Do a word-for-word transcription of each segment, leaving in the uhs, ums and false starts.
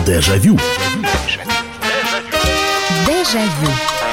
Дежавю. Дежавю.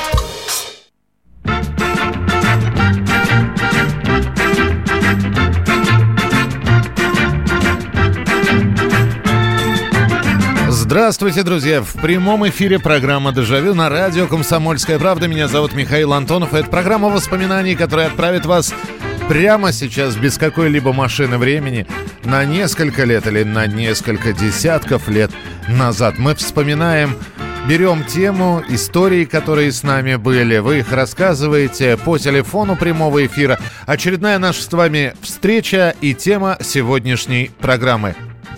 Здравствуйте, друзья! В прямом эфире программа «Дежавю» на радио «Комсомольская правда». Меня зовут Михаил Антонов. Это программа воспоминаний, которая отправит вас прямо сейчас, без какой-либо машины времени, на несколько лет или на несколько десятков лет назад. Мы вспоминаем, берем тему, истории, которые с нами были. Вы их рассказываете по телефону прямого эфира. Очередная наша с вами встреча и тема сегодняшней программы.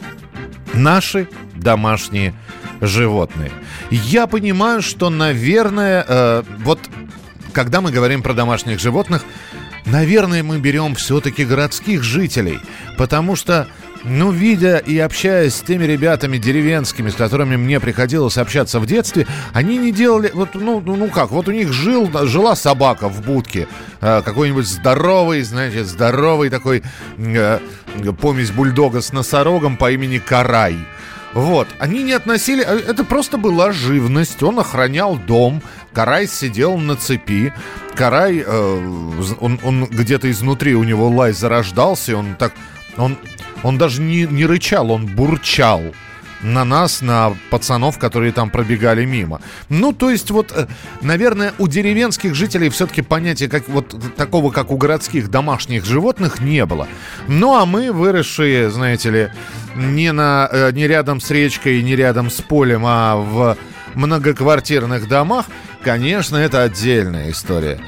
Наши домашние животные. Я понимаю, что, наверное, э, вот когда мы говорим про домашних животных, наверное, мы берем все-таки городских жителей, потому что, ну, видя и общаясь с теми ребятами деревенскими, с которыми мне приходилось общаться в детстве, они не делали, вот, ну, ну как, вот у них жил, жила собака в будке, э, какой-нибудь здоровый, знаете, здоровый такой э, помесь бульдога с носорогом по имени Карай. Вот, они не относили, это просто была живность, он охранял дом, Карай сидел на цепи, Карай, э, он, он где-то изнутри, у него лай зарождался, и он так, он, он даже не, не рычал, он бурчал на нас, на пацанов, которые там пробегали мимо. Ну, то есть, вот, наверное, у деревенских жителей все-таки понятия как, вот, такого, как у городских домашних животных, не было. Ну, а мы, выросшие, знаете ли, не, на, не рядом с речкой, не рядом с полем, а в многоквартирных домах, конечно, это отдельная история.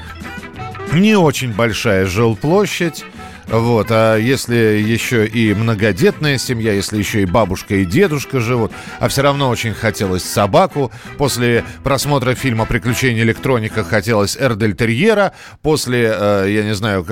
Не очень большая жилплощадь. Вот, а если еще и многодетная семья, если еще и бабушка и дедушка живут, а все равно очень хотелось собаку. После просмотра фильма «Приключения электроника» хотелось эрдельтерьера. После, э, я не знаю,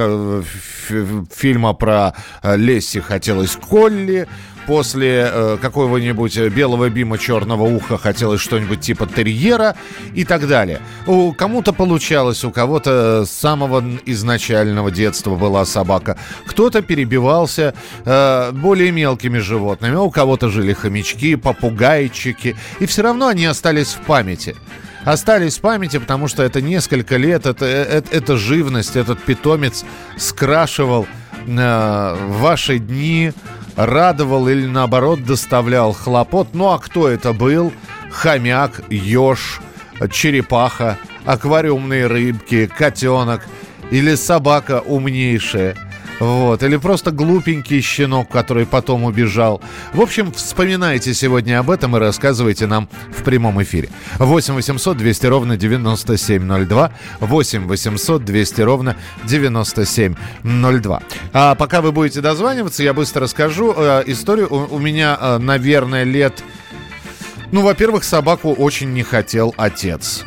ф- фильма про Лесси хотелось колли. После э, какого-нибудь белого бима черного уха хотелось что-нибудь типа терьера и так далее. У кому-то получалось, у кого-то с самого изначального детства была собака. Кто-то перебивался э, более мелкими животными. У кого-то жили хомячки, попугайчики. И все равно они остались в памяти. Остались в памяти, потому что это несколько лет, это, это, это живность, этот питомец скрашивал э, ваши дни, радовал или, наоборот, доставлял хлопот. Ну, а кто это был? Хомяк, еж, черепаха, аквариумные рыбки, котенок или собака умнейшая. Вот. Или просто глупенький щенок, который потом убежал. В общем, вспоминайте сегодня об этом и рассказывайте нам в прямом эфире. восемь восемьсот двести ровно девяносто семь ноль два. восемь восемьсот двести ровно девяносто семь ноль два. А пока вы будете дозваниваться, я быстро расскажу э, историю. У, у меня, э, наверное, лет... Ну, во-первых, собаку очень не хотел отец.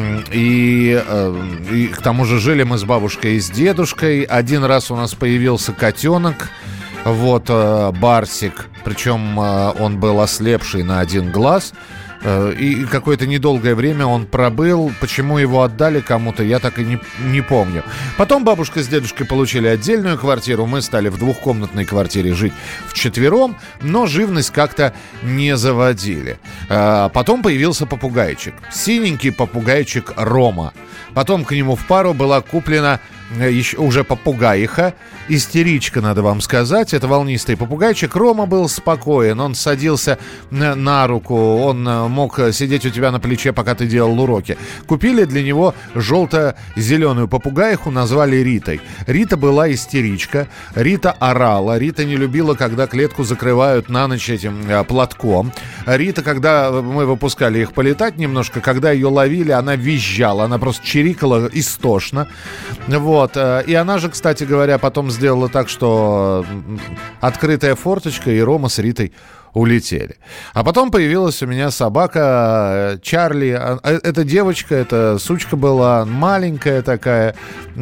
И, и к тому же жили мы с бабушкой и с дедушкой. Один раз у нас появился котенок, вот, Барсик. Причем он был ослепший на один глаз. И какое-то недолгое время он пробыл. Почему его отдали кому-то, я так и не, не помню. Потом бабушка с дедушкой получили отдельную квартиру. Мы стали в двухкомнатной квартире жить вчетвером, но живность как-то не заводили. Потом появился попугайчик. Синенький попугайчик Рома. Потом к нему в пару была куплена еще уже попугаиха. Истеричка, надо вам сказать. Это волнистый попугайчик. Рома был спокоен. Он садился на, на руку. Он мог сидеть у тебя на плече, пока ты делал уроки. Купили для него желто-зеленую попугаиху, назвали Ритой. Рита была истеричка. Рита орала. Рита не любила, когда клетку закрывают на ночь этим а, платком. Рита, когда мы выпускали их полетать немножко, когда ее ловили, она визжала. Она просто чирикала истошно. Вот. И она же, кстати говоря, потом сделала так, что открытая форточка, и Рома с Ритой улетели. А потом появилась у меня собака Чарли. Эта девочка, эта сучка была маленькая такая.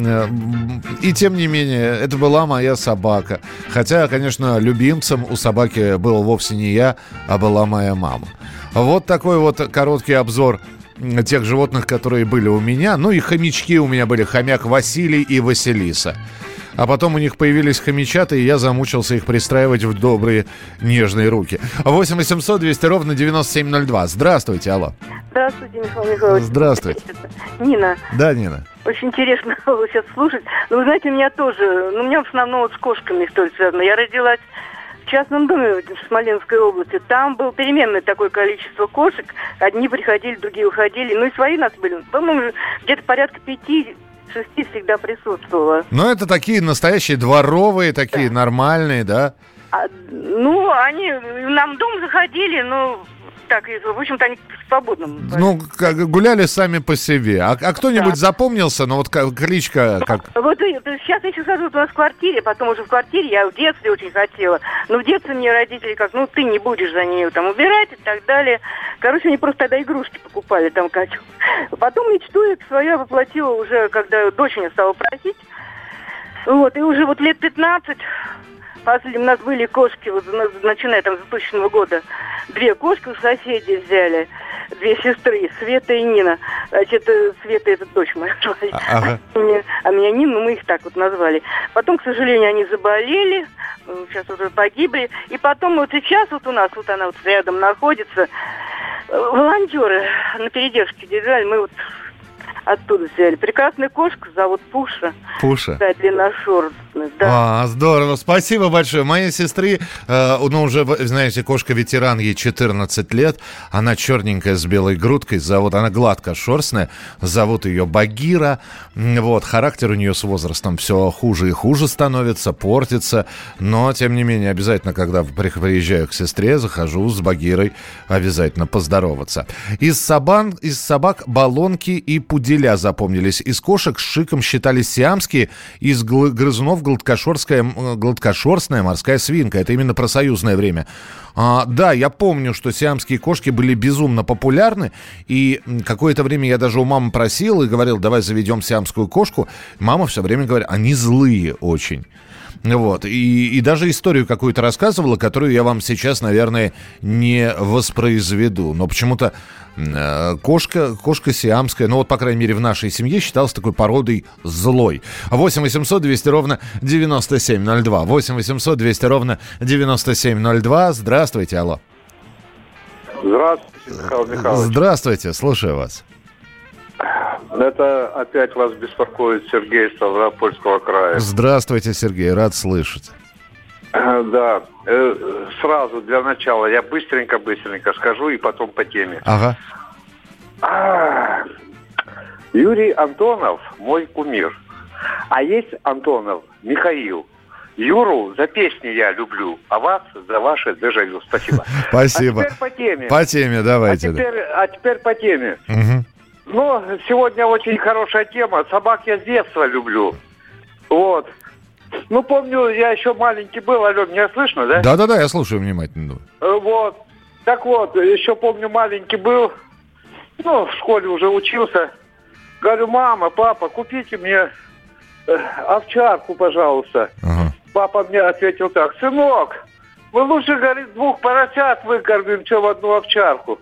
И тем не менее, это была моя собака. Хотя, конечно, любимцем у собаки был вовсе не я, а была моя мама. Вот такой вот короткий обзор тех животных, которые были у меня. Ну и хомячки у меня были. Хомяк Василий и Василиса. А потом у них появились хомячата, и я замучился их пристраивать в добрые, нежные руки. восемь восемьсот двести ровно девяносто семь ноль два. Здравствуйте, алло. Здравствуйте, Михаил Михайлович. Здравствуйте. Нина. Да, Нина. Очень интересно сейчас слушать. Но вы знаете, у меня тоже, ну, у меня в основном вот с кошками что ли связано. Я родилась в частном доме в Смоленской области. Там было переменное такое количество кошек. Одни приходили, другие уходили. Ну и свои у нас были. По-моему, где-то порядка пяти, шести всегда присутствовало. Ну, это такие настоящие дворовые, такие да. нормальные, да? А, ну, они нам в дом заходили, но... Так, в общем-то, они свободно. Ну, как, гуляли сами по себе. А, а кто-нибудь да. запомнился? Ну, вот кличка как... Вот сейчас я еще скажу, вот у нас в квартире, потом уже в квартире, я в детстве очень хотела. Но в детстве мне родители как, ну, ты не будешь за нее там убирать и так далее. Короче, они просто тогда игрушки покупали там, как. Потом мечту я свою воплотила уже, когда дочь меня стала просить. Вот, и уже вот лет пятнадцать... После у нас были кошки, вот, начиная там с двухтысячного года. Две кошки у соседей взяли, две сестры, Света и Нина. Значит, Света — это дочь моя. Ага. А меня Нина, мы их так вот назвали. Потом, к сожалению, они заболели, сейчас уже погибли. И потом вот сейчас вот у нас, вот она вот рядом находится, волонтеры на передержке держали, мы вот... Оттуда взяли. Прекрасную кошку зовут Пуша. Пуша. Да, длинношерстная, да. А, здорово. Спасибо большое. Моей сестры, э, ну, уже, знаете, кошка-ветеран, ей четырнадцать лет. Она черненькая с белой грудкой. Зовут, она гладкошерстная. Зовут ее Багира. Вот, характер у нее с возрастом все хуже и хуже становится, портится. Но, тем не менее, обязательно, когда приезжаю к сестре, захожу с Багирой обязательно поздороваться. Из, собак, из собак баллонки и пудель запомнились. Из кошек с шиком считались сиамские, из грызунов гладкошерстная, гладкошерстная морская свинка. Это именно про союзное время. А, да, я помню, что сиамские кошки были безумно популярны, и какое-то время я даже у мамы просил и говорил, давай заведем сиамскую кошку. Мама все время говорит, они злые очень. Вот. И, и даже историю какую-то рассказывала, которую я вам сейчас, наверное, не воспроизведу. Но почему-то э, кошка, кошка сиамская, ну вот, по крайней мере, в нашей семье считалась такой породой злой. восемь восемьсот двести ровно девяносто семь ноль два. восемь восемьсот двести ровно девяносто семь ноль два. Здравствуйте, алло. Здравствуйте, Михаил Михайлович. Здравствуйте, слушаю вас. Это опять вас беспокоит Сергей из Ставропольского края. Здравствуйте, Сергей, рад слышать. Да, сразу для начала я быстренько-быстренько скажу и потом по теме. Ага. А, Юрий Антонов мой кумир. А есть Антонов Михаил. Юру за песни я люблю, а вас за ваше дежавю. Спасибо. Спасибо. А теперь по теме. По теме давайте. А теперь, а теперь по теме. Угу. Ну, сегодня очень хорошая тема. Собак я с детства люблю. Вот. Ну, помню, я еще маленький был. Алло, меня слышно, да? Да-да-да, я слушаю внимательно. Вот. Так вот, еще помню, маленький был. Ну, в школе уже учился. Говорю, мама, папа, купите мне э, овчарку, пожалуйста. Ага. Папа мне ответил так: сынок, мы лучше, говорит, двух поросят выкормим, чем одну овчарку.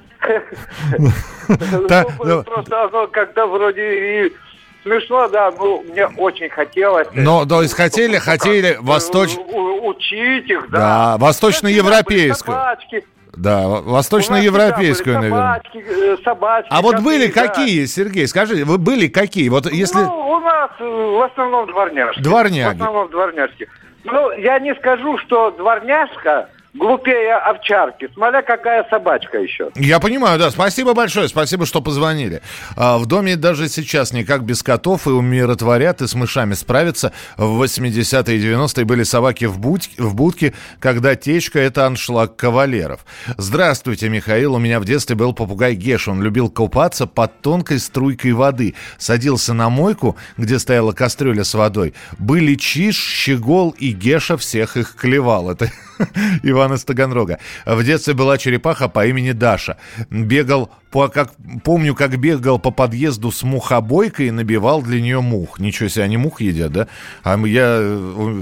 Просто оно как-то вроде и смешно, да, ну, мне очень хотелось. Но, то есть хотели, хотели восточ... учить их, да. Да, восточноевропейскую. Да, восточноевропейскую, наверное. Собачки, собачки. А вот были какие, Сергей, скажи, вы были какие? Вот если... Ну, у нас в основном дворняжки. Дворняги. В основном дворняжки. Ну, я не скажу, что дворняжка глупее овчарки, смотря какая собачка еще. Я понимаю, да. Спасибо большое, спасибо, что позвонили. А, в доме даже сейчас никак без котов и умиротворят, и с мышами справятся. В восьмидесятые и девяностые были собаки в, будь, в будке, когда течка — это аншлаг кавалеров. Здравствуйте, Михаил. У меня в детстве был попугай Геш. Он любил купаться под тонкой струйкой воды. Садился на мойку, где стояла кастрюля с водой. Были Чиж, Щегол и Геша, всех их клевал. Это Иван из Таганрога. В детстве была черепаха по имени Даша. Бегал, по, как, помню, как бегал по подъезду с мухобойкой и набивал для нее мух. Ничего себе, они мух едят, да? А я...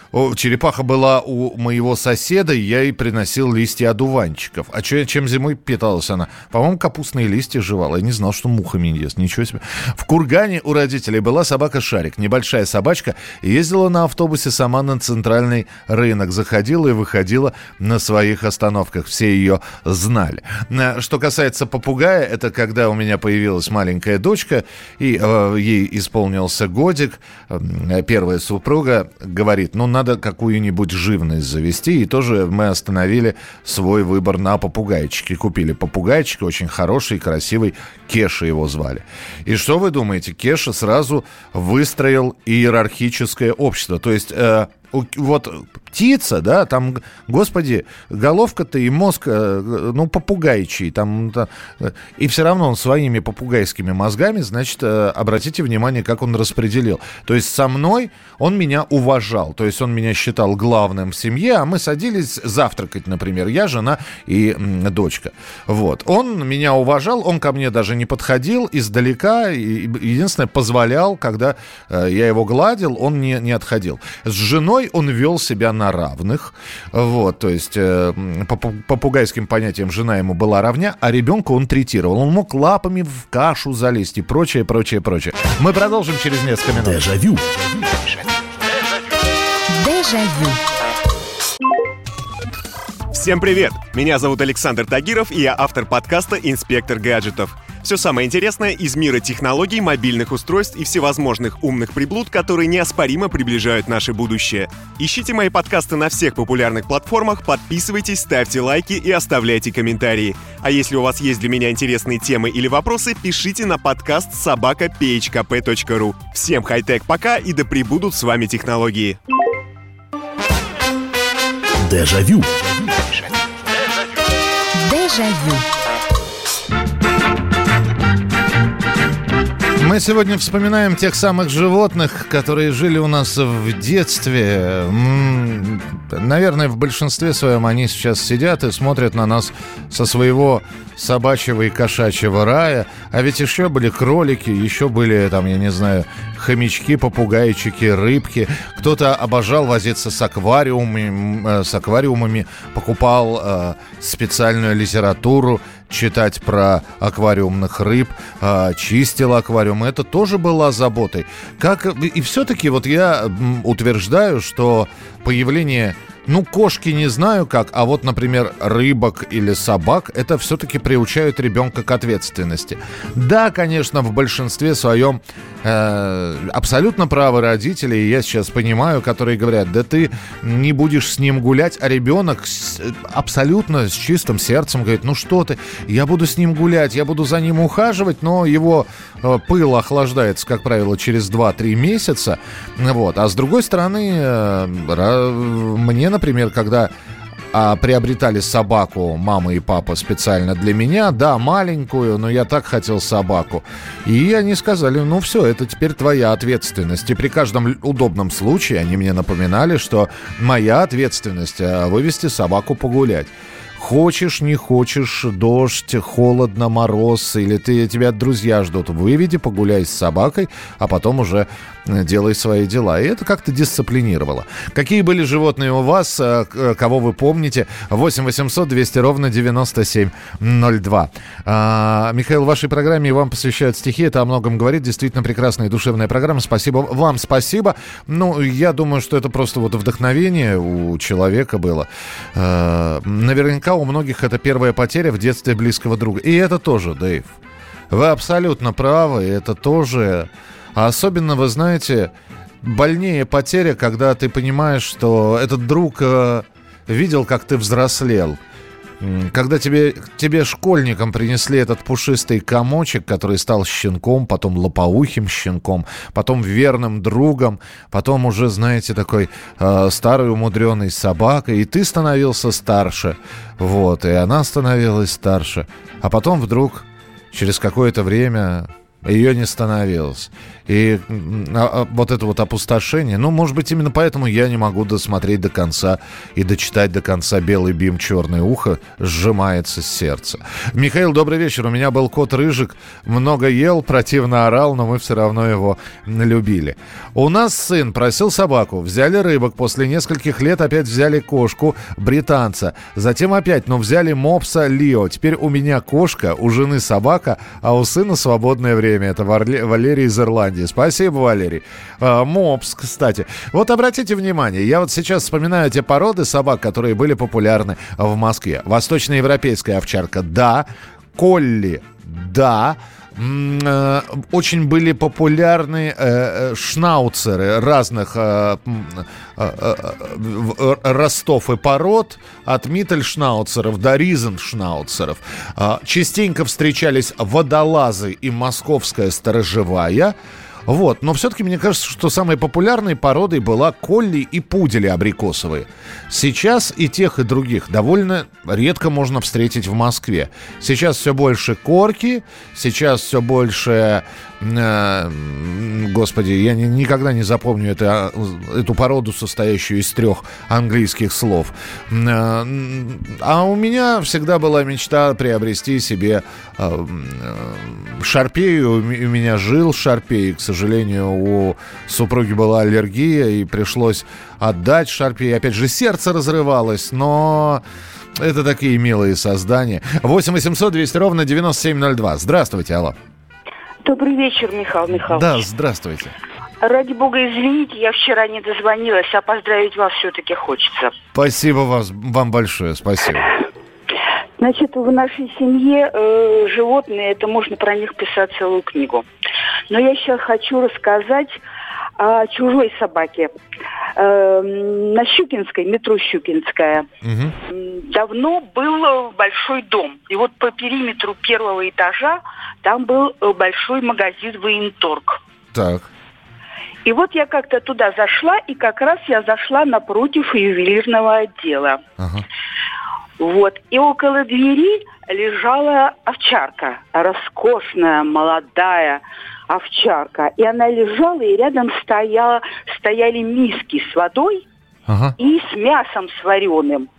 О, черепаха была у моего соседа, и я ей приносил листья одуванчиков. А че, чем зимой питалась она? По-моему, капустные листья жевала. Я не знал, что мухами не ест. Ничего себе. В Кургане у родителей была собака Шарик. Небольшая собачка. Ездила на автобусе сама на центральный рынок. Заходила и выходила на своих остановках. Все ее знали. Что касается попугая, это когда у меня появилась маленькая дочка, и э, ей исполнился годик. Первая супруга говорит, ну, надо какую-нибудь живность завести. И тоже мы остановили свой выбор на попугайчике. Купили попугайчика, очень хороший, красивый. Кеша его звали. И что вы думаете? Кеша сразу выстроил иерархическое общество. То есть... Э, вот птица, да, там, господи, головка-то и мозг, ну, попугайчий, там, и все равно он своими попугайскими мозгами, значит, обратите внимание, как он распределил. То есть со мной он меня уважал, то есть он меня считал главным в семье, а мы садились завтракать, например, я, жена и дочка. Вот, он меня уважал, он ко мне даже не подходил издалека, единственное, позволял, когда я его гладил, он не, не отходил. С женой он вел себя на равных, вот, то есть э, по попугайским понятиям жена ему была равня, а ребенка он третировал. Он мог лапами в кашу залезть и прочее, прочее, прочее. Мы продолжим через несколько минут. Дежавю. Дежавю. Всем привет! Меня зовут Александр Тагиров, и я автор подкаста «Инспектор гаджетов». Все самое интересное из мира технологий, мобильных устройств и всевозможных умных приблуд, которые неоспоримо приближают наше будущее. Ищите мои подкасты на всех популярных платформах, подписывайтесь, ставьте лайки и оставляйте комментарии. А если у вас есть для меня интересные темы или вопросы, пишите на подкаст собака пи эйч кей пи точка ру. Всем хай-тек пока, и да пребудут с вами технологии. Дежавю. Дежавю. Мы сегодня вспоминаем тех самых животных, которые жили у нас в детстве. Наверное, в большинстве своем они сейчас сидят и смотрят на нас со своего собачьего и кошачьего рая. А ведь еще были кролики, еще были, там, я не знаю, хомячки, попугайчики, рыбки. Кто-то обожал возиться с аквариумами, с аквариумами покупал э, специальную литературу, читать про аквариумных рыб, э, чистил аквариум. Это тоже была заботой. Как... И все-таки вот я утверждаю, что появление... Ну, кошки не знаю как, а вот, например, рыбок или собак, это все-таки приучают ребенка к ответственности. Да, конечно, в большинстве своем э, абсолютно правы родители, и я сейчас понимаю, которые говорят, да ты не будешь с ним гулять, а ребенок с, абсолютно с чистым сердцем говорит, ну что ты, я буду с ним гулять, я буду за ним ухаживать, но его э, пыл охлаждается, как правило, через два-три месяца, вот. А с другой стороны, э, мне, например, когда а, приобретали собаку мама и папа специально для меня, да, маленькую, но я так хотел собаку. И они сказали, ну все, это теперь твоя ответственность. И при каждом удобном случае они мне напоминали, что моя ответственность вывести собаку погулять. Хочешь, не хочешь, дождь, холодно, мороз, или ты, тебя друзья ждут, выведи, погуляй с собакой, а потом уже делай свои дела. И это как-то дисциплинировало. Какие были животные у вас, кого вы помните? восемь восемьсот двести ровно девяносто семь ноль два. А, Михаил, в вашей программе вам посвящают стихи. Это о многом говорит. Действительно прекрасная и душевная программа. Спасибо вам, спасибо. Ну, я думаю, что это просто вот вдохновение у человека было. А, наверняка у многих это первая потеря в детстве близкого друга. И это тоже, Дэйв. Вы абсолютно правы. Это тоже... А особенно, вы знаете, больнее потеря, когда ты понимаешь, что этот друг э, видел, как ты взрослел. Когда тебе, тебе школьникам принесли этот пушистый комочек, который стал щенком, потом лопоухим щенком, потом верным другом, потом уже, знаете, такой э, старой умудренной собакой, и ты становился старше, вот, и она становилась старше. А потом вдруг, через какое-то время... Ее не становилось. И а, а, вот это вот опустошение, ну, может быть, именно поэтому я не могу досмотреть до конца и дочитать до конца «Белый бим, черное ухо», сжимается сердце. Михаил, добрый вечер. У меня был кот Рыжик, много ел, противно орал, но мы все равно его любили. У нас сын просил собаку, взяли рыбок, после нескольких лет опять взяли кошку, британца, затем опять, но взяли мопса Лио. Теперь у меня кошка, у жены собака, а у сына свободное время. Это Валерий из Ирландии. Спасибо, Валерий. А, мопс, кстати. Вот обратите внимание, я вот сейчас вспоминаю те породы собак, которые были популярны в Москве. Восточноевропейская овчарка, да. Колли, да. Очень были популярны э, шнауцеры разных э, э, э, ростов и пород, от миттельшнауцеров до ризеншнауцеров. Э, частенько встречались водолазы и московская сторожевая. Вот. Но все-таки мне кажется, что самой популярной породой была колли и пудели абрикосовые. Сейчас и тех, и других довольно редко можно встретить в Москве. Сейчас все больше корки, сейчас все больше... Э, господи, я ни, никогда не запомню это, эту породу, состоящую из трех английских слов. Э, а у меня всегда была мечта приобрести себе э, э, шарпею. У меня жил шарпей, к сожалению, у супруги была аллергия, и пришлось отдать шарпей. Опять же, сердце разрывалось, но... Это такие милые создания. восемь восемьсот двести ровно девяносто семь ноль два. Здравствуйте, алло. Добрый вечер, Михаил Михайлович. Да, здравствуйте. Ради бога, извините, я вчера не дозвонилась, а поздравить вас все-таки хочется. Спасибо вас, вам большое, спасибо. Значит, в нашей семье э, животные, это можно про них писать целую книгу. Но я сейчас хочу рассказать о чужой собаке. Э, на Щукинской, метро Щукинская, угу. давно был большой дом. И вот по периметру первого этажа там был большой магазин «Военторг». Так. И вот я как-то туда зашла, и как раз я зашла напротив ювелирного отдела. Ага. Вот. И около двери лежала овчарка. Роскошная, молодая овчарка. И она лежала, и рядом стояла, стояли миски с водой, ага. и с мясом с вареным.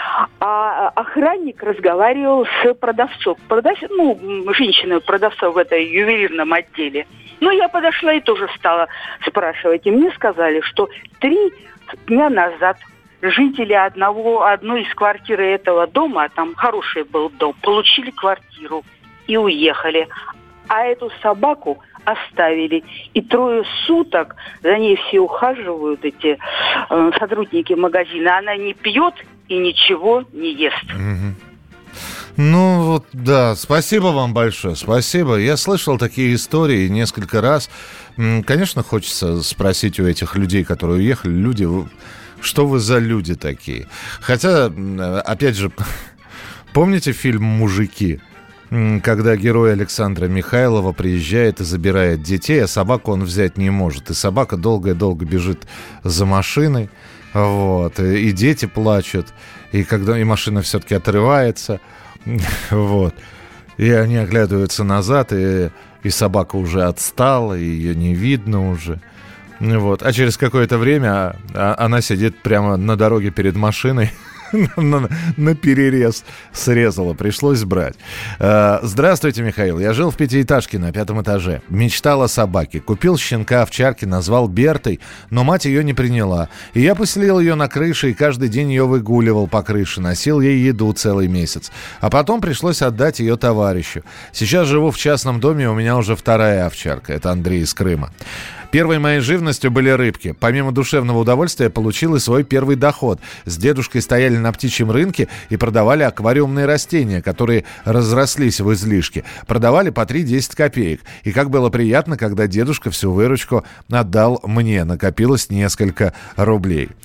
А охранник разговаривал с продавцом. Продав... Ну, женщиной-продавцом в этой ювелирном отделе. Ну, я подошла и тоже стала спрашивать. И мне сказали, что три дня назад жители одного, одной из квартир этого дома, а там хороший был дом, получили квартиру и уехали. А эту собаку оставили. И трое суток за ней все ухаживают, эти э, сотрудники магазина. Она не пьет и ничего не ест. Mm-hmm. Ну, вот, да, спасибо вам большое, спасибо. Я слышал такие истории несколько раз. Конечно, хочется спросить у этих людей, которые уехали, люди, что вы за люди такие? Хотя, опять же, помните фильм «Мужики»? Когда герой Александра Михайлова приезжает и забирает детей, а собаку он взять не может. И собака долго-долго бежит за машиной, вот, и дети плачут, и когда и машина все-таки отрывается, вот, и они оглядываются назад, и, и собака уже отстала, и ее не видно уже. Вот. А через какое-то время она сидит прямо на дороге перед машиной, на, на перерез срезала, пришлось брать. Здравствуйте, Михаил. Я жил в пятиэтажке на пятом этаже. Мечтал о собаке. Купил щенка овчарки, назвал Бертой, но мать ее не приняла. И я поселил ее на крыше и каждый день ее выгуливал по крыше, носил ей еду целый месяц. А потом пришлось отдать ее товарищу. Сейчас живу в частном доме, у меня уже вторая овчарка. Это Андрей из Крыма. Первой моей живностью были рыбки. Помимо душевного удовольствия, получил и свой первый доход. С дедушкой стояли на птичьем рынке и продавали аквариумные растения, которые разрослись в излишке. Продавали по три-десять копеек. И как было приятно, когда дедушка всю выручку отдал мне. Накопилось несколько рублей.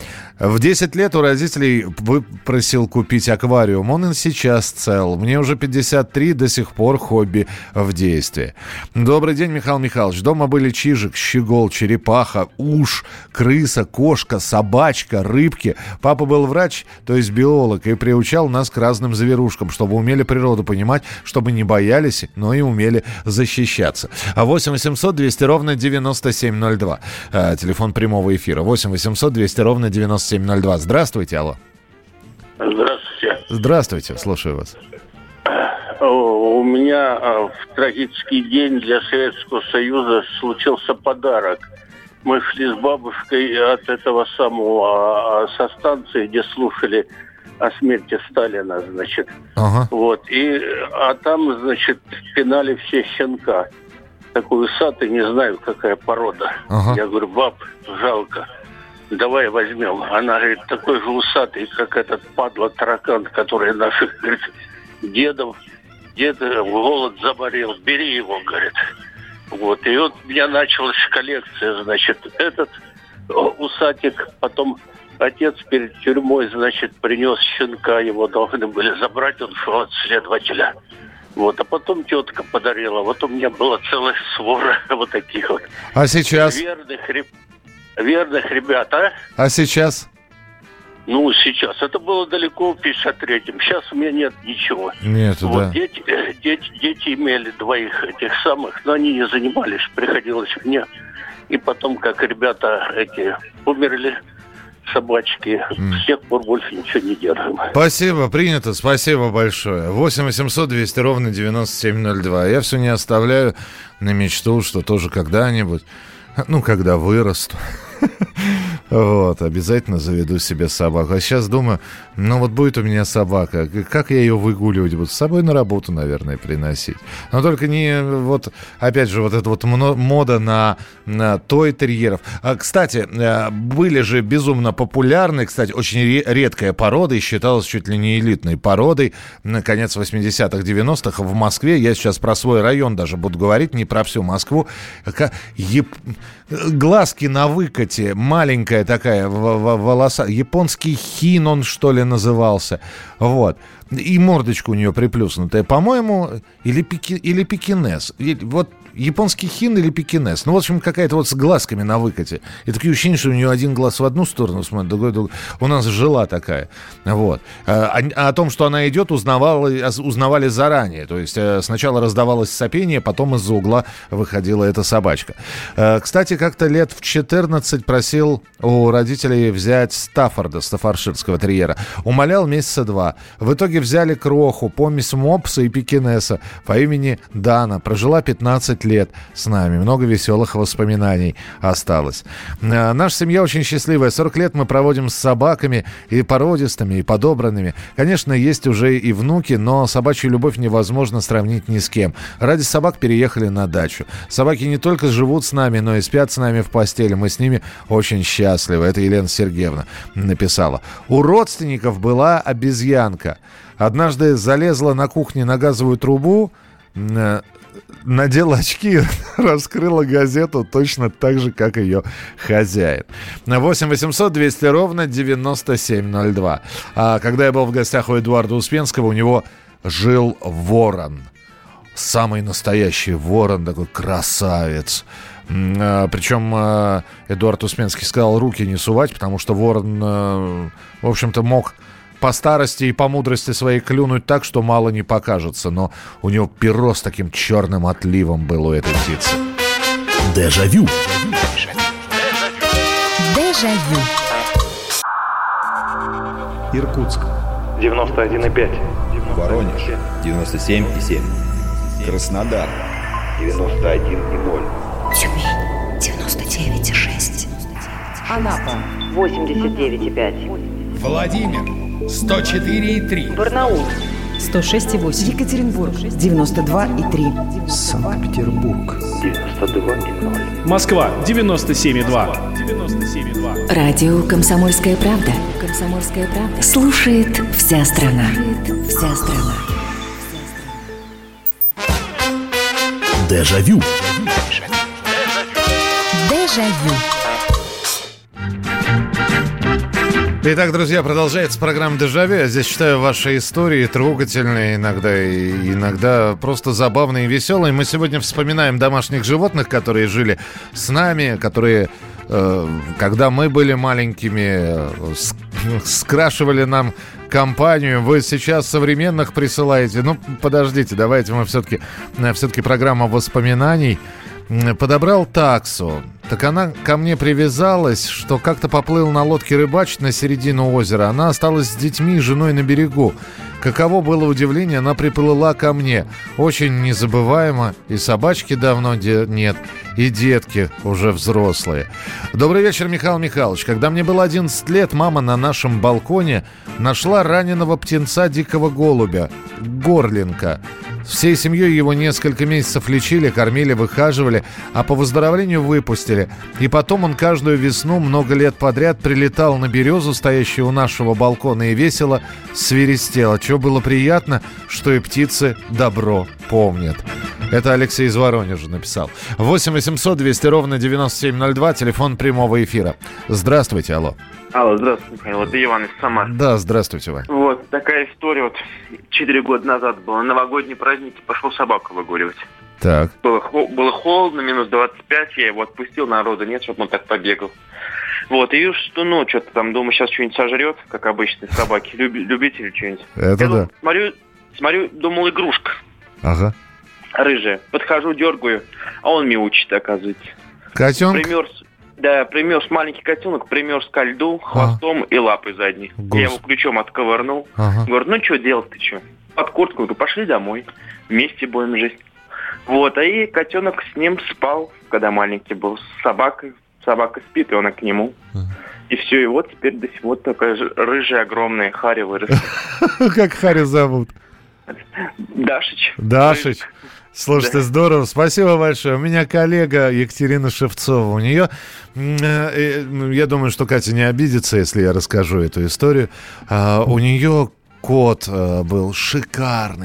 В десять лет у родителей выпросил купить аквариум. Он и сейчас цел. Мне уже пятьдесят три, до сих пор хобби в действии. Добрый день, Михаил Михайлович. Дома были чижик, щегол, черепаха, уж, крыса, кошка, собачка, рыбки. Папа был врач, то есть биолог, и приучал нас к разным зверушкам, чтобы умели природу понимать, чтобы не боялись, но и умели защищаться. восемь восемьсот двести ровно девяносто семь ноль два. Телефон прямого эфира. восемь восемьсот двести ровно девяносто семь ноль два. Здравствуйте, алло. Здравствуйте. Здравствуйте, слушаю вас. У меня в трагический день для Советского Союза случился подарок. Мы шли с бабушкой от этого самого, со станции, где слушали о смерти Сталина, значит. Ага. Вот. И, а там, значит, пинали все щенка. Такой усатый, не знаю, какая порода. Ага. Я говорю, баб, жалко. Давай возьмем. Она говорит, такой же усатый, как этот падла таракан, который наших, говорит, дедов, дед в голод заморил. Бери его, говорит. Вот. И вот у меня началась коллекция, значит, этот усатик, потом отец перед тюрьмой, значит, принес щенка, его должны были забрать, он шел от следователя. Вот, а потом тетка подарила. Вот у меня была целая свора вот таких вот. А сейчас? Верных, верных ребят, а? А сейчас? Ну, сейчас. Это было далеко в пятьдесят третьем. Сейчас у меня нет ничего. Нету, вот, да. Дети, дети, дети имели двоих этих самых, но они не занимались. Приходилось мне. И потом, как ребята эти умерли, собачки, mm. с тех пор больше ничего не держим. Спасибо, принято, спасибо большое. восемь восемьсот двести ровно девяносто семь ноль два. Я все не оставляю на мечту, что тоже когда-нибудь, ну, когда вырасту, вот, обязательно заведу себе собаку. А сейчас думаю, ну вот будет у меня собака, как я ее выгуливать буду? С собой на работу, наверное, приносить. Но только не вот, опять же, вот эта вот мода на, на той-терьеров. А, кстати, были же безумно популярны, кстати, очень редкая порода и считалась чуть ли не элитной породой на конец восьмидесятых, девяностых в Москве. Я сейчас про свой район даже буду говорить, не про всю Москву. Еп... Глазки на выкате, маленькая такая волоса, японский хин он, что ли, назывался, вот, и мордочка у нее приплюснутая, по-моему, или, пеки, или пекинес, или, вот, японский хин или пекинес, ну, в общем, какая-то вот с глазками на выкате, и такие ощущения, что у нее один глаз в одну сторону смотрит, другой, другой. У нас жила такая, вот, а, а о том, что она идет, узнавали, узнавали заранее, то есть сначала раздавалось сопение, потом из-за угла выходила эта собачка. Кстати, как-то лет в четырнадцать просил у родителей взять Стаффорда, стаффордширского терьера, умолял месяца два, в итоге взяли кроху, помесь мопса и пекинеса по имени Дана, прожила пятнадцать лет с нами. Много веселых воспоминаний осталось. Наша семья очень счастливая. сорок лет мы проводим с собаками, и породистыми, и подобранными. Конечно, есть уже и внуки, но собачью любовь невозможно сравнить ни с кем. Ради собак переехали на дачу. Собаки не только живут с нами, но и спят с нами в постели. Мы с ними очень счастливы. Это Елена Сергеевна написала. У родственников была обезьянка. Однажды залезла на кухне на газовую трубу, надела очки, раскрыла газету точно так же, как ее хозяин. восемь восемьсот двести ровно девяносто семь ноль два. А когда я был в гостях у Эдуарда Успенского, у него жил ворон. Самый настоящий ворон, такой красавец. Причем Эдуард Успенский сказал руки не сувать, потому что ворон, в общем-то, мог по старости и по мудрости своей клюнуть так, что мало не покажется. Но у него перо с таким черным отливом было у этой птицы. Дежавю. Дежавю. Иркутск. девяносто один и пять. Воронеж. девяносто семь и семь. Краснодар. девяносто один и ноль. Тюмень. девяносто девять и шесть. Анапа. восемьдесят девять и пять. Владимир. сто четыре и три. Барнаул. сто шесть и восемь. Екатеринбург. девяносто два и три. Санкт-Петербург. девяносто два и ноль. Москва. девяносто семь и два. Радио «Комсомольская правда». «Комсомольская правда». Слушает вся страна. Слушает вся страна. Дежавю. Дежавю. Итак, друзья, продолжается программа «Дежавю». Я здесь читаю ваши истории, трогательные иногда, и иногда просто забавные и веселые. Мы сегодня вспоминаем домашних животных, которые жили с нами, которые, э, когда мы были маленькими, ск- скрашивали нам компанию. Вы сейчас современных присылаете. Ну, подождите, давайте мы все-таки, все-таки программа воспоминаний. Подобрал таксу. Так она ко мне привязалась, что как-то поплыл на лодке рыбачить на середину озера. Она осталась с детьми и женой на берегу. Каково было удивление, она приплыла ко мне. Очень незабываемо. И собачки давно де- нет, и детки уже взрослые. Добрый вечер, Михаил Михайлович. Когда мне было одиннадцать лет, мама на нашем балконе нашла раненого птенца дикого голубя. Горлинка. Всей семьей его несколько месяцев лечили, кормили, выхаживали, а по выздоровлению выпустили. И потом он каждую весну много лет подряд прилетал на березу, стоящую у нашего балкона, и весело свиристел. Чего было приятно, что и птицы добро помнят. Это Алексей из Воронежа написал. восемь восемьсот двести ровно девяносто семь ноль два, телефон прямого эфира. Здравствуйте, алло. Алло, здравствуйте, Михаил. Это Иван из Самары. Да, здравствуйте, Вань. Вот, такая история. Вот четыре года назад была. На новогодние праздники пошел собаку выгуливать. Так. Было, было холодно, минус двадцать пять. Я его отпустил, народа нет, чтобы он так побегал. Вот, и вижу, что, ну, что-то там, думаю, сейчас что-нибудь сожрет, как обычно, собаки. Люби, любители что-нибудь. Это я да. Думаю, смотрю, смотрю, думал, игрушка. Ага. Рыжая. Подхожу, дергаю, а он мяучит, оказывается. Котенок? Примерз. Да, примерз маленький котенок, примерз ко льду, хвостом а. и лапой задней. Гос. Я его ключом отковырнул. Ага. Говорю, ну что делать-то, что? Под куртку, говорю, пошли домой. Вместе будем жить. Вот, а и котенок с ним спал, когда маленький был, с собакой. Собака спит, и он к нему. Ага. И все, и вот теперь до сих пор такая рыжая, огромная Харри выросла. Как Харри зовут? Дашич. Дашич. Слушайте, да. Здорово, спасибо большое. У меня коллега Екатерина Шевцова, у нее, я думаю, что Катя не обидится, если я расскажу эту историю, у нее кот был шикарный,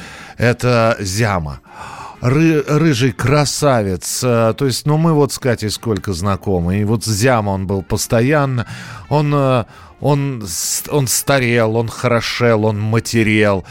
это Зяма. Ры, рыжий красавец. То есть, ну, мы вот с Катей сколько знакомы. И вот Зяма он был постоянно. Он, он, он старел, он хорошел, он матерел.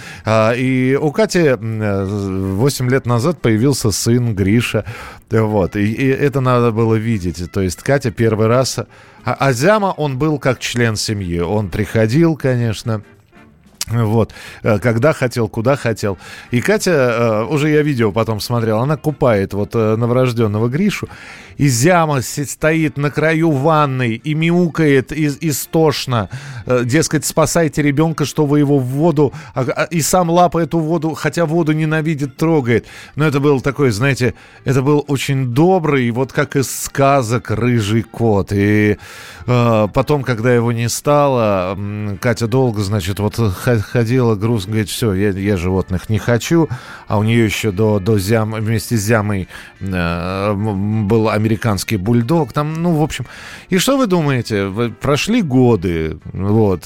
И у Кати восемь лет назад появился сын Гриша. Вот. И, и это надо было видеть. То есть, Катя первый раз... А, а Зяма, он был как член семьи. Он приходил, конечно... Вот, когда хотел, куда хотел. И Катя, уже я видео потом смотрел, она купает вот новорожденного Гришу, и Зяма стоит на краю ванной и мяукает истошно. Дескать, спасайте ребенка, что вы его в воду, и сам лапа эту воду, хотя воду ненавидит, трогает. Но это был такой, знаете, это был очень добрый, вот как из сказок, рыжий кот. И потом, когда его не стало, Катя долго, значит, вот ходила грустно, говорит, все, я, я животных не хочу, а у нее еще до, до Зям, вместе с Зямой э, был американский бульдог, там, ну, в общем, и что вы думаете, прошли годы, вот,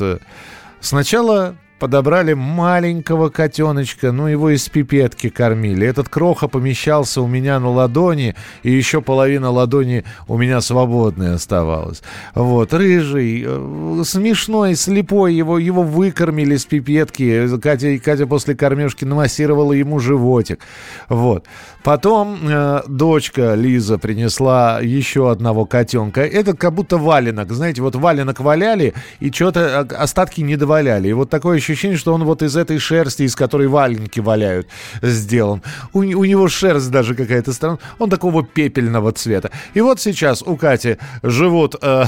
сначала подобрали маленького котеночка, ну, его из пипетки кормили. Этот кроха помещался у меня на ладони, и еще половина ладони у меня свободной оставалась. Вот, рыжий, смешной, слепой, его, его выкормили с пипетки. Катя, Катя после кормежки намассировала ему животик. Вот. Потом э, дочка Лиза принесла еще одного котенка. Это как будто валенок. Знаете, вот валенок валяли, и что-то остатки не доваляли. И вот такое ощущение, что он вот из этой шерсти, из которой валенки валяют, сделан. У, у него шерсть даже какая-то странная. Он такого пепельного цвета. И вот сейчас у Кати живут... Э,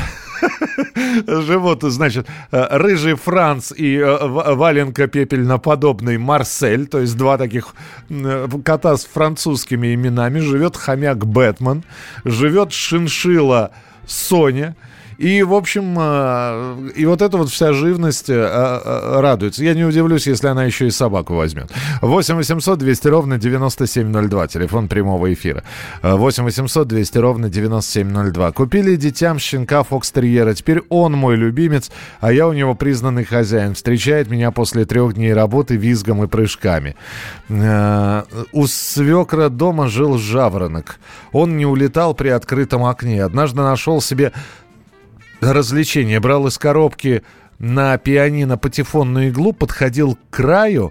живут, значит, рыжий Франц и валенка пепельноподобный Марсель. То есть два таких кота с французскими именами. Живет хомяк Бэтмен. Живет шиншилла Соня. И, в общем, и вот эта вот вся живность радуется. Я не удивлюсь, если она еще и собаку возьмет. восемь восемьсот двести ровно девяносто семь ноль два. Телефон прямого эфира. восемь восемьсот двести ровно девяносто семь ноль два. Купили детям щенка фокстерьера. Теперь он мой любимец, а я у него признанный хозяин. Встречает меня после трех дней работы визгом и прыжками. У свекра дома жил жаворонок. Он не улетал при открытом окне. Однажды нашел себе... развлечение. Брал из коробки на пианино патефонную иглу, подходил к краю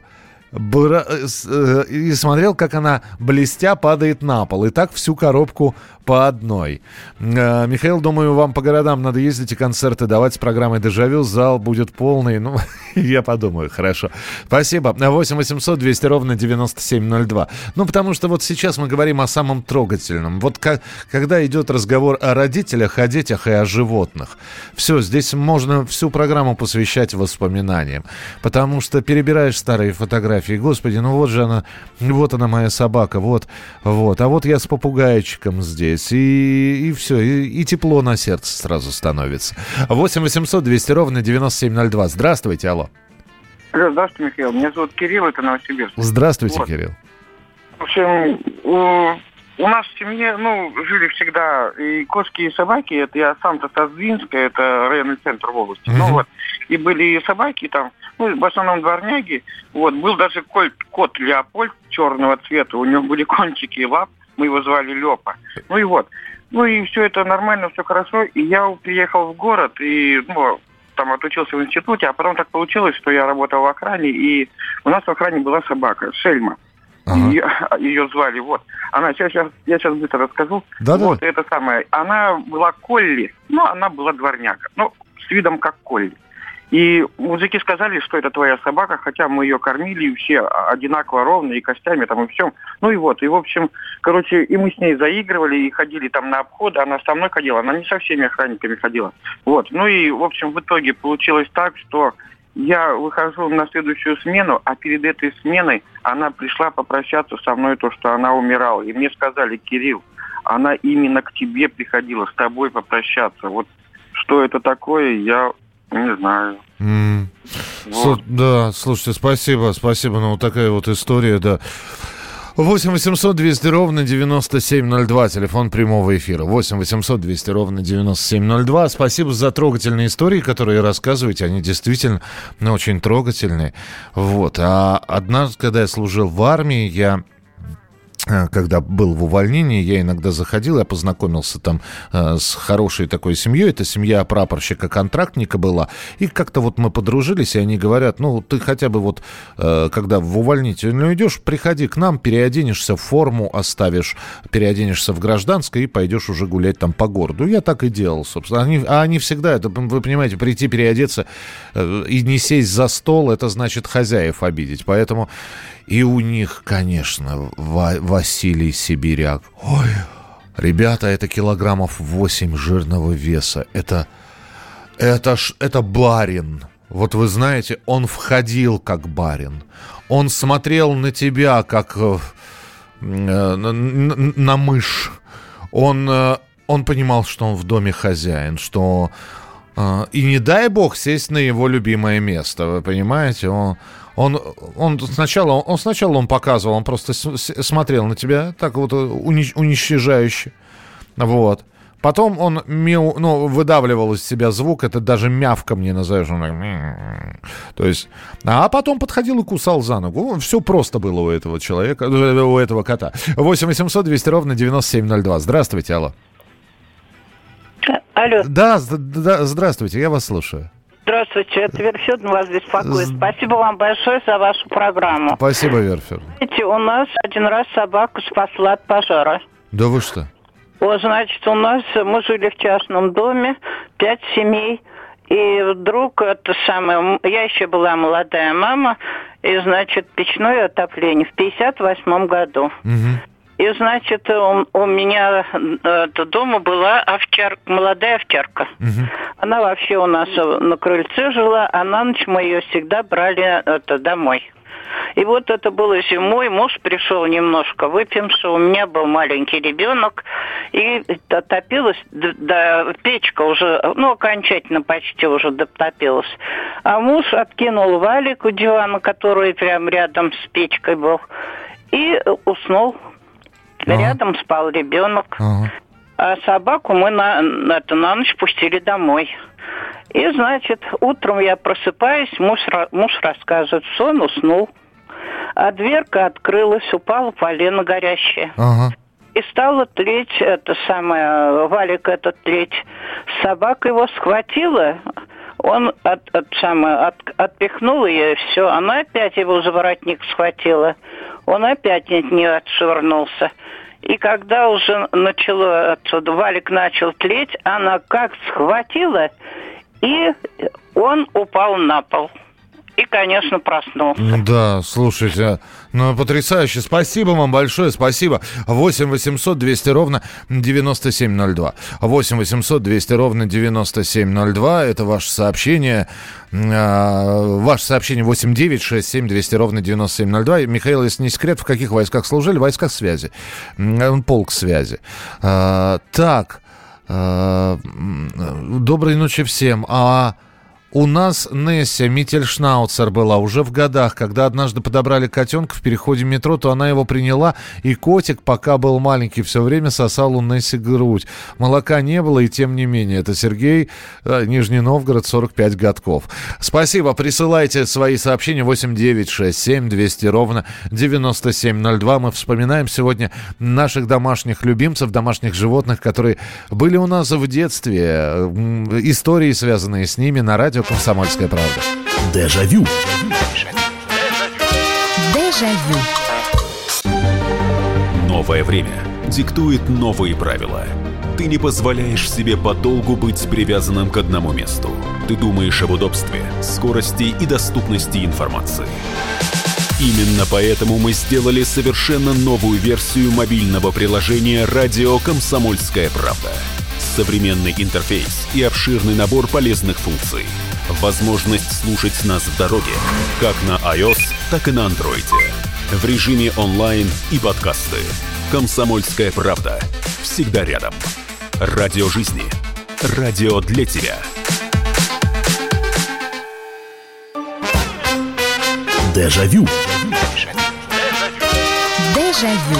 и смотрел, как она, блестя, падает на пол. И так всю коробку по одной. Михаил, думаю, вам по городам надо ездить и концерты давать с программой «Дежавю». Зал будет полный. Ну, я подумаю, хорошо. Спасибо. восемь восемьсот двести ровно девяносто семь ноль два. Ну, потому что вот сейчас мы говорим о самом трогательном. Вот как, когда идет разговор о родителях, о детях и о животных. Все, здесь можно всю программу посвящать воспоминаниям. Потому что перебираешь старые фотографии. Господи, ну вот же она, вот она моя собака, вот, вот. А вот я с попугайчиком здесь. И, и все, и, и тепло на сердце сразу становится. восемь восемьсот двести ровно девяносто семь ноль два. Здравствуйте, алло. Алло, здравствуйте, Михаил. Меня зовут Кирилл, это Новосибирск. Здравствуйте, вот. Кирилл. В общем, у, у нас в семье, ну, жили всегда и кошки, и собаки. Это я сам-то со Сдвинска, это районный центр в области. Mm-hmm. Ну вот, и были и собаки там, ну, в основном дворняги. Вот, был даже кот, кот Леопольд черного цвета, у него были кончики и лап. Мы его звали Лёпа. Ну и вот. Ну и все это нормально, все хорошо. И я приехал в город и, ну, там отучился в институте, а потом так получилось, что я работал в охране, и у нас в охране была собака, Шельма. Ага. Ее, ее звали, вот. Она, сейчас, сейчас, я сейчас быстро расскажу. Да-да. Вот, это самое. Она была колли, но она была дворняга. Ну, с видом как колли. И мужики сказали, что это твоя собака, хотя мы ее кормили, и все одинаково ровно, и костями там, и всем. Ну и вот, и в общем, короче, и мы с ней заигрывали, и ходили там на обходы, она со мной ходила, она не со всеми охранниками ходила. Вот, ну и, в общем, в итоге получилось так, что я выхожу на следующую смену, а перед этой сменой она пришла попрощаться со мной, то, что она умирала. И мне сказали: Кирилл, она именно к тебе приходила, с тобой попрощаться. Вот что это такое, я... Не знаю. Mm. Вот. Слу- да, слушайте, спасибо, спасибо. Ну, вот такая вот история, да. восемь восемьсот двести ровно девяносто семь ноль два, телефон прямого эфира. восемь восемьсот двести ровно девяносто семь ноль два. Спасибо за трогательные истории, которые рассказываете. Они действительно, ну, очень трогательные. Вот. А однажды, когда я служил в армии, я... Когда был в увольнении, я иногда заходил, я познакомился там э, с хорошей такой семьей. Это семья прапорщика-контрактника была. И как-то вот мы подружились, и они говорят: ну, ты хотя бы вот, э, когда в увольнительную идешь, приходи к нам, переоденешься в форму, оставишь, переоденешься в гражданское и пойдешь уже гулять там по городу. Я так и делал, собственно. Они, а они всегда, это, вы понимаете, прийти переодеться э, и не сесть за стол, это значит хозяев обидеть. Поэтому... И у них, конечно, Ва- Василий Сибиряк. Ой, ребята, это килограммов восемь жирного веса. Это, это, ж, это барин. Вот вы знаете, он входил как барин. Он смотрел на тебя, как э, на, на, на мышь. Он, э, он понимал, что он в доме хозяин, что... Э, и не дай бог сесть на его любимое место, вы понимаете? Он... Он, он сначала, он сначала он показывал, он просто с, с, смотрел на тебя так вот унич, уничтожающе, вот. Потом он мяу, ну, выдавливал из себя звук, это даже мявком не назовешь, он так, то есть, а потом подходил и кусал за ногу. Все просто было у этого человека, у этого кота. восемь восемьсот двести ровно девяносто семь ноль два. Здравствуйте, алло. Алло. Да, да, здравствуйте, я вас слушаю. Здравствуйте, это Верфюрдна вас беспокоит. Спасибо вам большое за вашу программу. Спасибо, Верфюрдна. Знаете, у нас один раз собаку спасла от пожара. Да вы что? Вот, значит, у нас, мы жили в частном доме, пять семей, и вдруг это самое, я еще была молодая мама, и, значит, печное отопление в пятьдесят восьмом году. Угу. И, значит, у, у меня это, дома была овчарка, молодая овчарка. Угу. Она вообще у нас на крыльце жила, а на ночь мы ее всегда брали это, домой. И вот это было зимой, муж пришел немножко выпивший, у меня был маленький ребенок, и топилась, да, печка уже, ну, окончательно почти уже дотопилась. А муж откинул валик у дивана, который прям рядом с печкой был, и уснул. Ага. Рядом спал ребенок. Ага. А собаку мы на, это, на ночь пустили домой. И, значит, утром я просыпаюсь, муж, муж рассказывает, что он уснул. А дверка открылась, упала полено горящее. Ага. и стала треть, это самое, Валик этот треть. Собака его схватила, он от, от, самое, от, отпихнул ее, и все. Она опять его за воротник схватила. Он опять от нее отшвырнулся. И когда уже начало отсюда, Валик начал тлеть, она как схватила, и он упал на пол. И, конечно, проснулся. Да, слушайте, ну, потрясающе. Спасибо вам большое, спасибо. восемь восемьсот двести ровно девяносто семь ноль два. восемь восемьсот двести ровно девяносто семь ноль два. Это ваше сообщение. Ваше сообщение восемь девять шесть семь двести ровно девяносто семь ноль два. Михаил, если не секрет, в каких войсках служили? В войсках связи. Полк связи. Так, доброй ночи всем. А... У нас Несся Миттельшнауцер была уже в годах. Когда однажды подобрали котенка в переходе метро, то она его приняла, и котик, пока был маленький, все время сосал у Несси грудь. Молока не было, и тем не менее. Это Сергей, Нижний Новгород, сорок пять годков. Спасибо. Присылайте свои сообщения восемь девять шесть семь двести ровно девяносто семь ноль два. Мы вспоминаем сегодня наших домашних любимцев, домашних животных, которые были у нас в детстве. Истории, связанные с ними, на радио «Комсомольская правда». Дежавю. Дежавю. Новое время диктует новые правила. Ты не позволяешь себе подолгу быть привязанным к одному месту. Ты думаешь об удобстве, скорости и доступности информации. Именно поэтому мы сделали совершенно новую версию мобильного приложения «Радио Комсомольская правда». Современный интерфейс и обширный набор полезных функций. Возможность слушать нас в дороге, как на iOS, так и на Android. В режиме онлайн и подкасты. «Комсомольская правда». Всегда рядом. Радио жизни. Радио для тебя. Дежавю. Дежавю.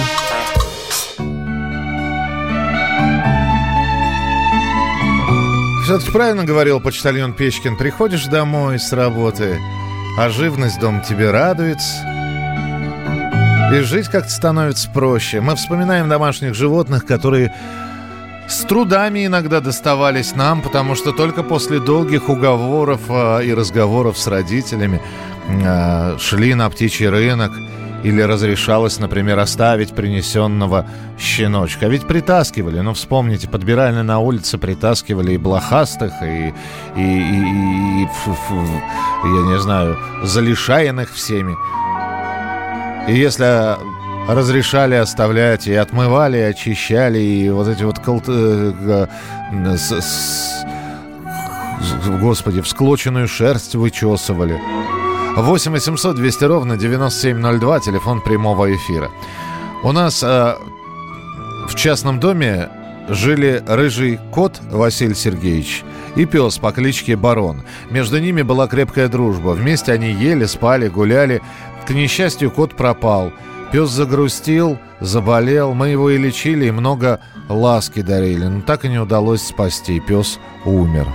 Все-таки правильно говорил почтальон Печкин. Приходишь домой с работы, а живность дома тебе радуется. И жить как-то становится проще. Мы вспоминаем домашних животных, которые с трудами иногда доставались нам, потому что только после долгих уговоров и разговоров с родителями шли на птичий рынок. Или разрешалось, например, оставить принесенного щеночка. А ведь притаскивали, ну, вспомните, подбирали на улице, притаскивали и блохастых, и, и, и, и фу, фу, я не знаю, залишаянных всеми. И если разрешали оставлять, и отмывали, и очищали, и вот эти вот, кол... с, с... господи, всклоченную шерсть вычесывали. восемь восемьсот двести ровно девяносто семь ноль два, телефон прямого эфира. У нас э, в частном доме жили рыжий кот Василий Сергеевич и пес по кличке Барон. Между ними была крепкая дружба. Вместе они ели, спали, гуляли. К несчастью, кот пропал. Пес загрустил, заболел. Мы его и лечили, и много ласки дарили. Но так и не удалось спасти. Пес умер.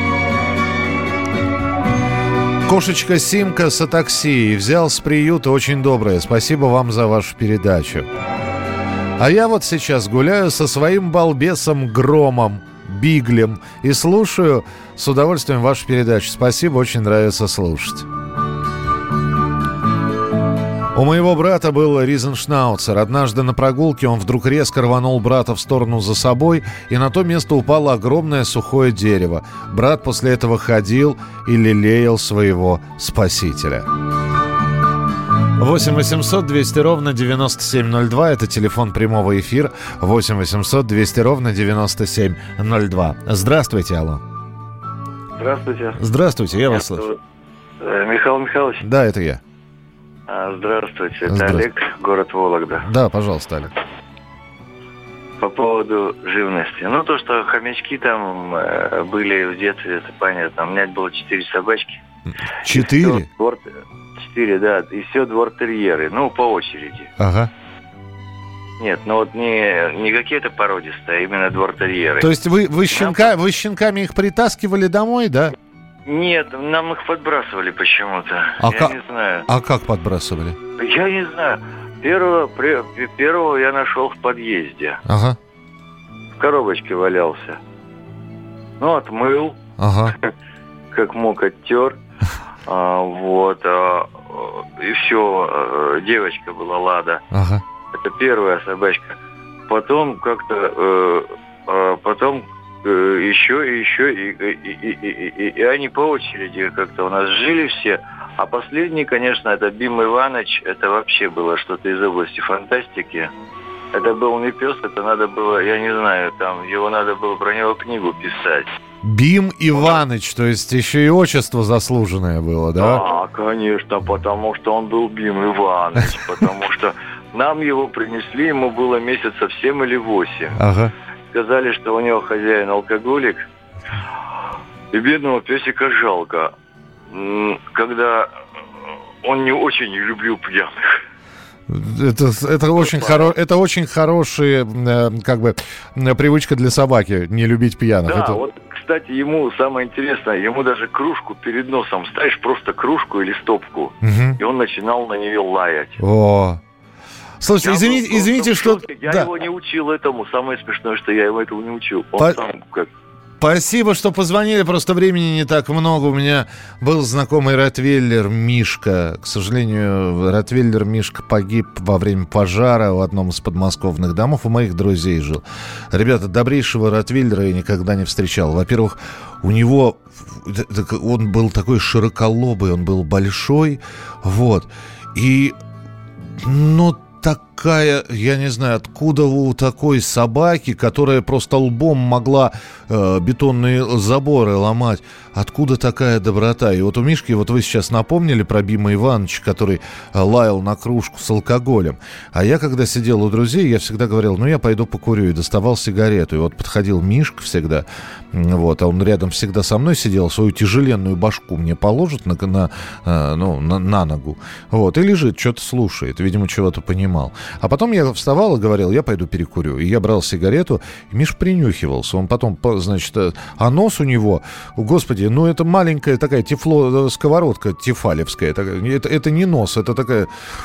Кошечка Симка с такси взял с приюта, очень добрая. Спасибо вам за вашу передачу. А я вот сейчас гуляю со своим балбесом Громом, Биглем, и слушаю с удовольствием вашу передачу. Спасибо, очень нравится слушать. У моего брата был ризеншнауцер. Однажды на прогулке он вдруг резко рванул брата в сторону за собой, и на то место упало огромное сухое дерево. Брат после этого ходил и лелеял своего спасителя. восемь восемьсот двести ровно девяносто семь ноль два. Это телефон прямого эфира. восемь восемьсот двести ровно девяносто семь ноль два. Здравствуйте, алло. Здравствуйте. Здравствуйте, я вас слышу. Михаил Михайлович? Да, это я. Здравствуйте, это Здравствуйте. Олег, город Вологда. Да, пожалуйста, Олег. По поводу живности. Ну, то, что хомячки там э, были в детстве, это понятно. У меня было четыре собачки. Четыре? Двор... Четыре, да. И все двор-терьеры. Ну, по очереди. Ага. Нет, ну вот не, не какие-то породистые, а именно двор-терьеры. То есть вы, вы, щенка, вы щенками их притаскивали домой, да? Нет, нам их подбрасывали почему-то. А я как, не знаю. А как подбрасывали? Я не знаю. Первого, при, первого я нашел в подъезде. Ага. В коробочке валялся. Ну, отмыл. Ага. Как мог, оттер. А, вот. А, и все. А, девочка была, Лада. Ага. Это первая собачка. Потом как-то... Э, а, потом э, еще и еще. И, и, и, и, и, и они по очереди как-то у нас жили все. А последний, конечно, это Бим Иваныч. Это вообще было что-то из области фантастики. Это был не пес, это надо было, я не знаю, там его надо было про него книгу писать. Бим Иваныч, то есть еще и отчество заслуженное было, да? Да, конечно, потому что он был Бим Иваныч, потому что нам его принесли, ему было месяцев семь или восемь. Ага. Сказали, что у него хозяин алкоголик, и бедного песика жалко. Когда он не очень не любил пьяных. Это, это, очень хоро, это очень хорошая э, как бы, привычка для собаки, не любить пьяных. Да, это... вот, кстати, ему самое интересное, ему даже кружку перед носом ставишь, просто кружку или стопку, угу. И он начинал на нее лаять. О. Слушайте, я извините, извините что... Я да. его не учил этому, самое смешное, что я его этому не учил. Он По... сам как... Спасибо, что позвонили, просто времени не так много. У меня был знакомый ротвейлер Мишка. К сожалению, ротвейлер Мишка погиб во время пожара в одном из подмосковных домов. У моих друзей жил. Ребята, добрейшего ротвейлера я никогда не встречал. Во-первых, у него... Он был такой широколобый, он был большой. Вот. И... Ну... Такая, я не знаю, откуда у такой собаки, которая просто лбом могла э, бетонные заборы ломать, откуда такая доброта? И вот у Мишки, вот вы сейчас напомнили про Бима Ивановича, который э, лаял на кружку с алкоголем. А я, когда сидел у друзей, я всегда говорил, ну, я пойду покурю, и доставал сигарету. И вот подходил Мишка всегда, вот, а он рядом всегда со мной сидел, свою тяжеленную башку мне положит на, на, э, ну, на, на ногу, вот, и лежит, что-то слушает, видимо, чего-то понимал. А потом я вставал и говорил, я пойду перекурю. И я брал сигарету, и Миш принюхивался. Он потом, значит, а нос у него, господи, ну это маленькая такая тефло, сковородка тефалевская. Это, это не нос, это такая,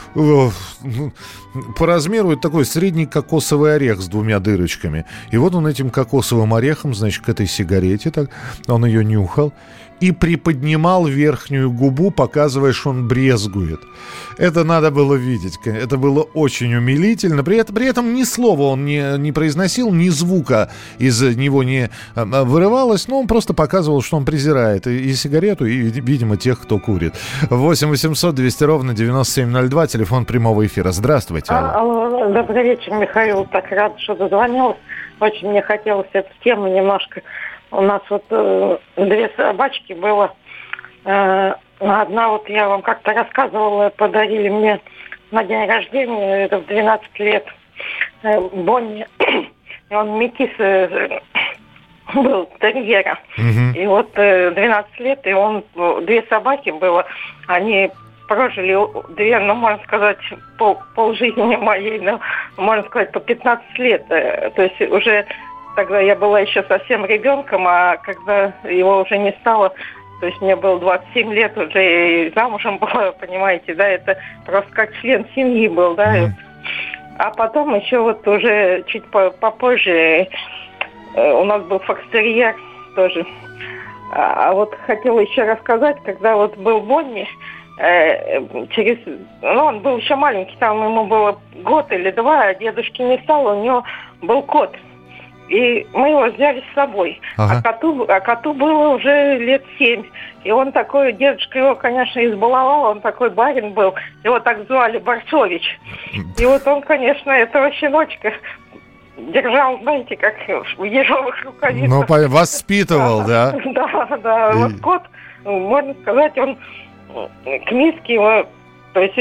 по размеру, это такой средний кокосовый орех с двумя дырочками. И вот он этим кокосовым орехом, значит, к этой сигарете, так, он ее нюхал и приподнимал верхнюю губу, показывая, что он брезгует. Это надо было видеть. Это было очень умилительно. При этом, при этом ни слова он не, не произносил, ни звука из него не вырывалось, но он просто показывал, что он презирает и, и сигарету, и, видимо, тех, кто курит. восемь восемьсот двести ровно девяносто семь ноль два, телефон прямого эфира. Здравствуйте. А, алло, добрый вечер, Михаил. Так рад, что дозвонилась. Очень мне хотелось эту тему немножко... У нас вот э, две собачки было. Э, одна вот я вам как-то рассказывала, подарили мне на день рождения, это в двенадцать лет, э, Бонни. И он метис э, был, терьера. Mm-hmm. И вот э, двенадцать лет, и он, две собаки было, они прожили две, ну, можно сказать, пол, полжизни моей, ну, можно сказать, по пятнадцать лет. Э, то есть уже... Тогда я была еще совсем ребенком, а когда его уже не стало, то есть мне было двадцать семь лет, уже и замужем была, понимаете, да, это просто как член семьи был, да. Mm. А потом еще вот уже чуть попозже э, у нас был фокстерьер тоже. А, а вот хотела еще рассказать, когда вот был Бонни, э, через, ну, он был еще маленький, там ему было год или два, а дедушки не стало, у него был кот. И мы его взяли с собой. Ага. А, коту, а коту было уже лет семь. И он такой, дедушка его, конечно, избаловал, он такой барин был. Его так звали Борцович. И вот он, конечно, этого щеночка держал, знаете, как в ежовых рукавицах. Ну, воспитывал, да? Да, да. И... Вот кот, можно сказать, он к миске его, то есть...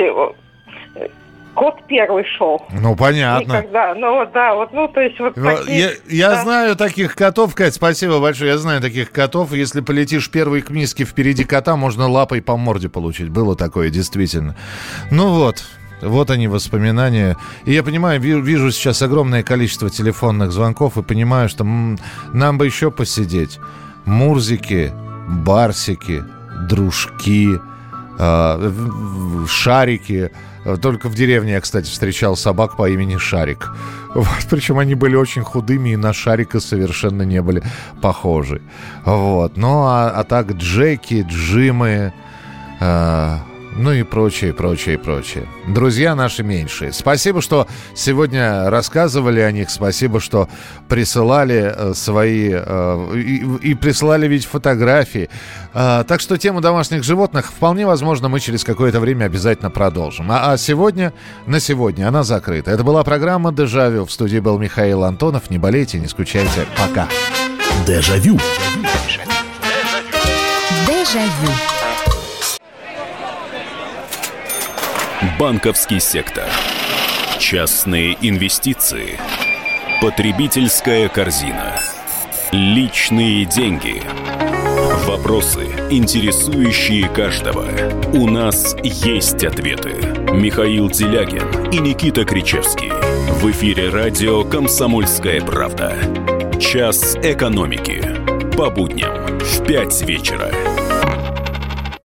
Кот первый шел. Ну, понятно. Никогда. Ну, вот, да, вот, ну, то есть вот такие... Я, я да. знаю таких котов, Кать, спасибо большое, я знаю таких котов. Если полетишь первый к миске впереди кота, можно лапой по морде получить. Было такое, действительно. Ну вот, вот они воспоминания. И я понимаю, вижу сейчас огромное количество телефонных звонков и понимаю, что м- нам бы еще посидеть. Мурзики, барсики, дружки, э- шарики, Только в деревне я, кстати, встречал собак по имени Шарик. Вот, причем они были очень худыми и на Шарика совершенно не были похожи. Вот. Ну, а, а так Джеки, Джимы... Э, ну и прочее, прочее, прочее. Друзья наши меньшие. Спасибо, что сегодня рассказывали о них. Спасибо, что присылали э, свои... Э, и, и присылали ведь фотографии. Э, так что тему домашних животных вполне возможно мы через какое-то время обязательно продолжим. А, а сегодня, на сегодня она закрыта. Это была программа «Дежавю». В студии был Михаил Антонов. Не болейте, не скучайте. Пока. Дежавю. Дежавю. Банковский сектор. Частные инвестиции. Потребительская корзина. Личные деньги. Вопросы, интересующие каждого. У нас есть ответы. Михаил Делягин и Никита Кричевский. В эфире радио «Комсомольская правда». Час экономики. По будням в пять вечера.